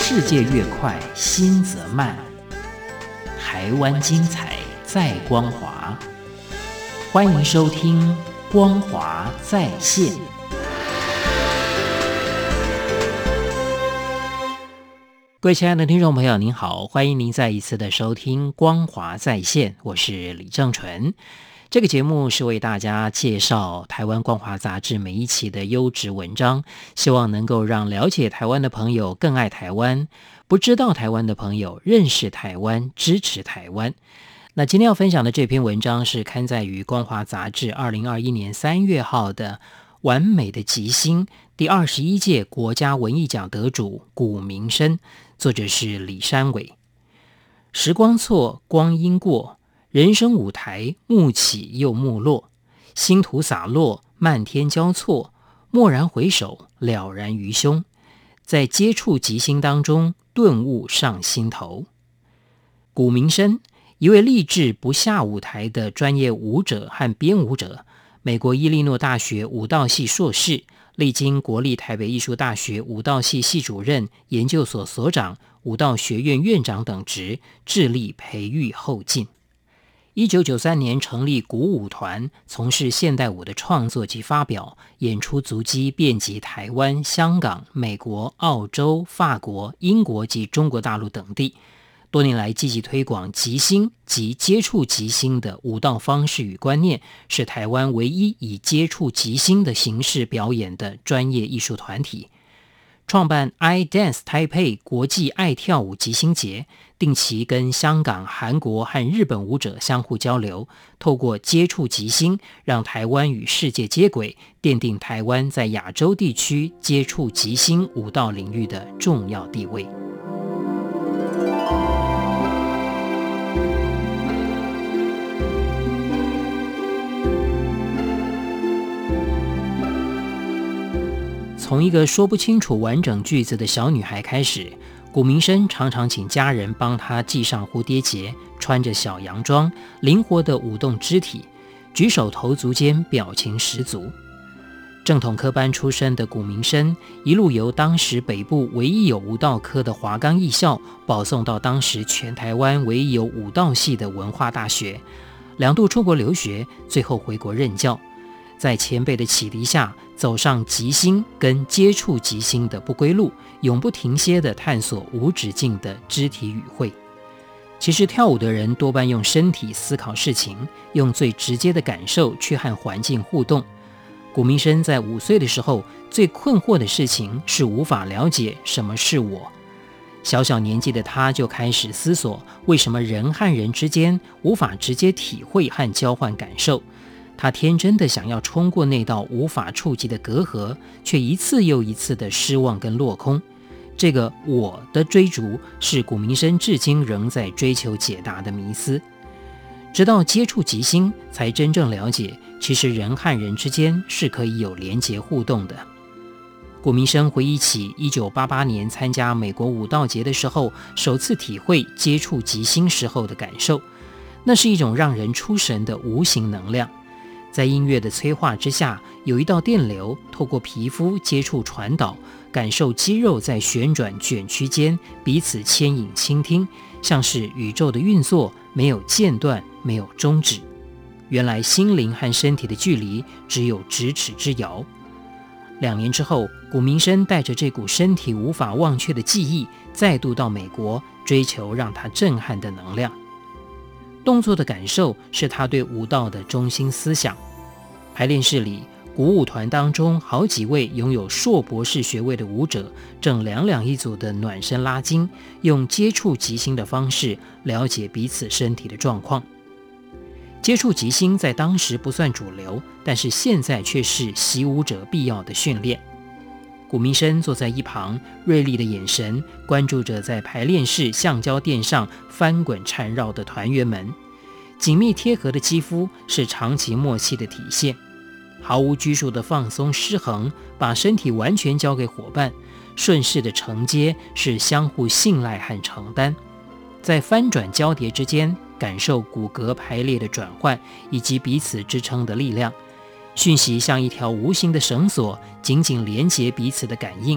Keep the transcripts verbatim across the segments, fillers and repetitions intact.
世界越快，心则慢。台湾精彩在光华，欢迎收听光华在线。各位亲爱的听众朋友您好，欢迎您再一次的收听光华在线，我是李正纯。这个节目是为大家介绍台湾光华杂志每一期的优质文章，希望能够让了解台湾的朋友更爱台湾，不知道台湾的朋友认识台湾，支持台湾。那今天要分享的这篇文章是刊载于光华杂志二零二一年三月号的完美的吉星第二十一届国家文艺奖得主古明生，作者是李山伟。时光错，光阴过，人生舞台幕起又幕落，星途洒落，漫天交错，蓦然回首，了然于胸，在接触即兴当中顿悟上心头。古明生，一位立志不下舞台的专业舞者和编舞者，美国伊利诺大学舞蹈系硕士，历经国立台北艺术大学舞蹈系系主任、研究所所长、舞蹈学院院长等职，致力培育后进。一九九三年成立鼓舞团，从事现代舞的创作及发表，演出足迹遍及台湾、香港、美国、澳洲、法国、英国及中国大陆等地。多年来积极推广即兴及接触即兴的舞蹈方式与观念，是台湾唯一以接触即兴的形式表演的专业艺术团体。创办 I Dance Taipei 国际爱跳舞即兴节，定期跟香港、韩国和日本舞者相互交流，透过接触即兴，让台湾与世界接轨，奠定台湾在亚洲地区接触即兴舞蹈领域的重要地位。从一个说不清楚完整句子的小女孩开始，古明生常常请家人帮她系上蝴蝶结，穿着小洋装，灵活地舞动肢体，举手投足间表情十足。正统科班出身的古明生，一路由当时北部唯一有舞蹈科的华冈艺校保送到当时全台湾唯一有舞蹈系的文化大学，两度出国留学，最后回国任教。在前辈的启迪下，走上即兴跟接触即兴的不归路，永不停歇地探索无止境的肢体语汇。其实跳舞的人多半用身体思考事情，用最直接的感受去和环境互动。古明生在五岁的时候，最困惑的事情是无法了解什么是我。小小年纪的他就开始思索，为什么人和人之间无法直接体会和交换感受。他天真的想要冲过那道无法触及的隔阂，却一次又一次的失望跟落空。这个我的追逐，是古明生至今仍在追求解答的迷思。直到接触即兴，才真正了解，其实人和人之间是可以有连结互动的。古明生回忆起一九八八年参加美国舞蹈节的时候，首次体会接触即兴时候的感受，那是一种让人出神的无形能量。在音乐的催化之下，有一道电流透过皮肤接触传导，感受肌肉在旋转卷曲间彼此牵引倾听，像是宇宙的运作，没有间断，没有终止。原来心灵和身体的距离只有咫尺之遥。两年之后，古明生带着这股身体无法忘却的记忆，再度到美国，追求让他震撼的能量。动作的感受是他对舞蹈的中心思想。排练室里，鼓舞团当中好几位拥有硕博士学位的舞者，正两两一组的暖身拉筋，用接触即兴的方式了解彼此身体的状况。接触即兴在当时不算主流，但是现在却是习舞者必要的训练。古明生坐在一旁，锐利的眼神关注着在排练室橡胶垫上翻滚缠绕的团员们。紧密贴合的肌肤是长期默契的体现，毫无拘束的放松失衡，把身体完全交给伙伴，顺势的承接是相互信赖和承担。在翻转交叠之间，感受骨骼排列的转换以及彼此支撑的力量。讯息像一条无形的绳索，紧紧连接彼此的感应，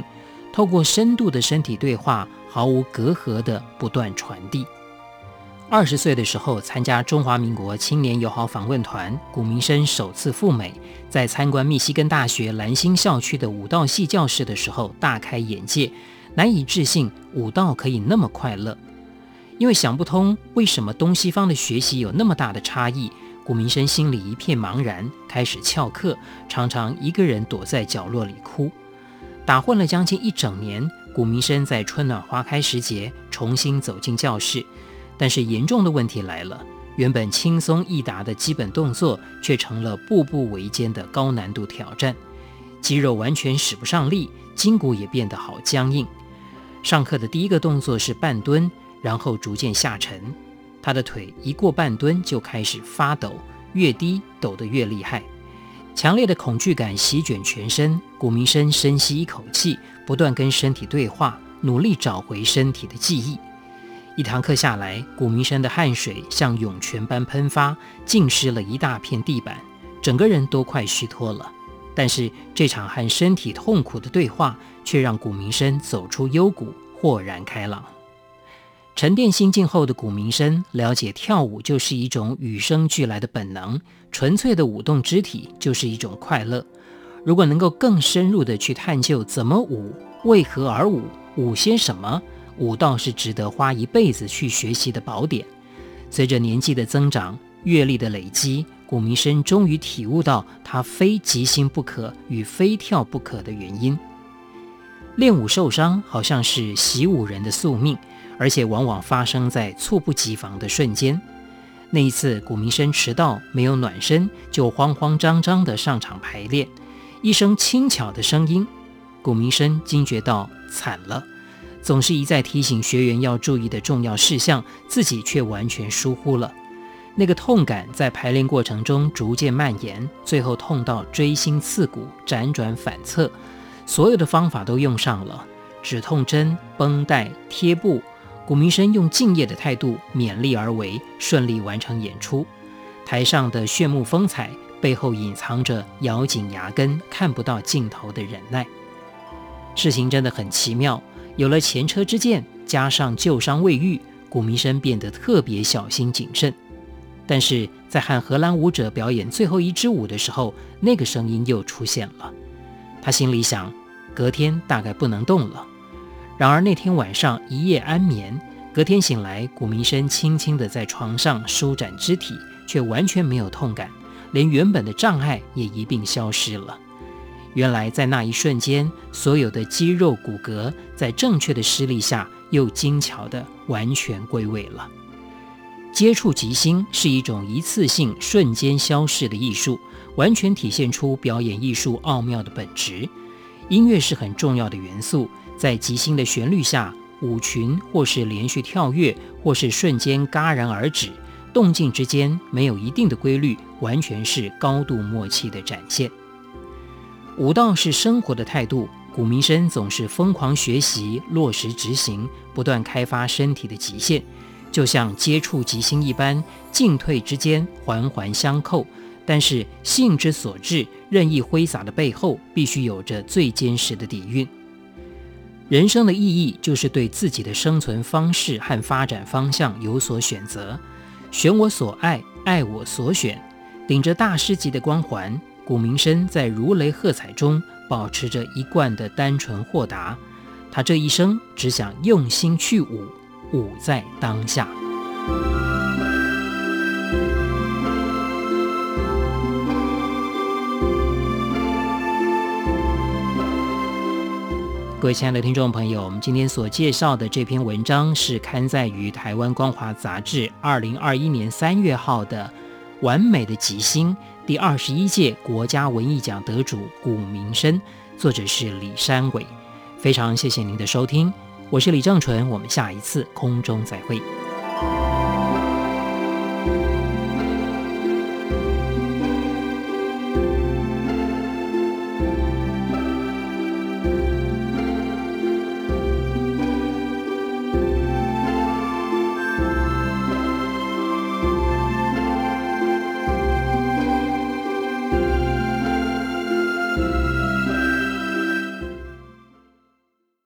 透过深度的身体对话，毫无隔阂地不断传递。二十岁的时候，参加中华民国青年友好访问团，古明生首次赴美，在参观密西根大学兰辛校区的舞蹈系教室的时候，大开眼界，难以置信舞蹈可以那么快乐。因为想不通为什么东西方的学习有那么大的差异，古明生心里一片茫然，开始翘课，常常一个人躲在角落里哭。打混了将近一整年，古明生在春暖花开时节重新走进教室。但是严重的问题来了，原本轻松易达的基本动作却成了步步维艰的高难度挑战，肌肉完全使不上力，筋骨也变得好僵硬。上课的第一个动作是半蹲，然后逐渐下沉，他的腿一过半蹲就开始发抖，越低抖得越厉害。强烈的恐惧感席卷全身，古明生深吸一口气，不断跟身体对话，努力找回身体的记忆。一堂课下来，古明生的汗水像涌泉般喷发，浸湿了一大片地板，整个人都快虚脱了。但是这场和身体痛苦的对话，却让古明生走出幽谷，豁然开朗。沉淀心境后的古明生了解，跳舞就是一种与生俱来的本能，纯粹的舞动肢体就是一种快乐。如果能够更深入地去探究怎么舞、为何而舞、舞些什么，舞蹈是值得花一辈子去学习的宝典。随着年纪的增长，阅历的累积，古明生终于体悟到他非即兴不可与非跳不可的原因。练舞受伤好像是习武人的宿命，而且往往发生在猝不及防的瞬间。那一次，古明生迟到，没有暖身，就慌慌张张地上场排练。一声轻巧的声音，古明生惊觉到惨了。总是一再提醒学员要注意的重要事项，自己却完全疏忽了。那个痛感在排练过程中逐渐蔓延，最后痛到锥心刺骨，辗转反侧，所有的方法都用上了，止痛针、绷带、贴布。古明生用敬业的态度勉力而为，顺利完成演出。台上的炫目风采，背后隐藏着咬紧牙根看不到尽头的忍耐。事情真的很奇妙，有了前车之鉴，加上旧伤未愈，古明生变得特别小心谨慎。但是在和荷兰舞者表演最后一支舞的时候，那个声音又出现了。他心里想，隔天大概不能动了。然而那天晚上一夜安眠，隔天醒来，古明生轻轻地在床上舒展肢体，却完全没有痛感，连原本的障碍也一并消失了。原来在那一瞬间，所有的肌肉骨骼在正确的施力下，又精巧地完全归位了。接触即兴是一种一次性瞬间消逝的艺术，完全体现出表演艺术奥妙的本质。音乐是很重要的元素，在即兴的旋律下，舞群或是连续跳跃，或是瞬间戛然而止，动静之间没有一定的规律，完全是高度默契的展现。舞蹈是生活的态度，古明生总是疯狂学习，落实执行，不断开发身体的极限，就像接触即兴一般，进退之间环环相扣。但是性之所至，任意挥洒的背后，必须有着最坚实的底蕴。人生的意义就是对自己的生存方式和发展方向有所选择，选我所爱，爱我所选。顶着大师级的光环，古明生在如雷喝彩中保持着一贯的单纯豁达。他这一生只想用心去舞，舞在当下。各位亲爱的听众朋友，我们今天所介绍的这篇文章是刊载于台湾光华杂志二零二一年三月号的《完美的即兴》第二十一届国家文艺奖得主古明生，作者是李山伟。非常谢谢您的收听，我是李正淳，我们下一次空中再会。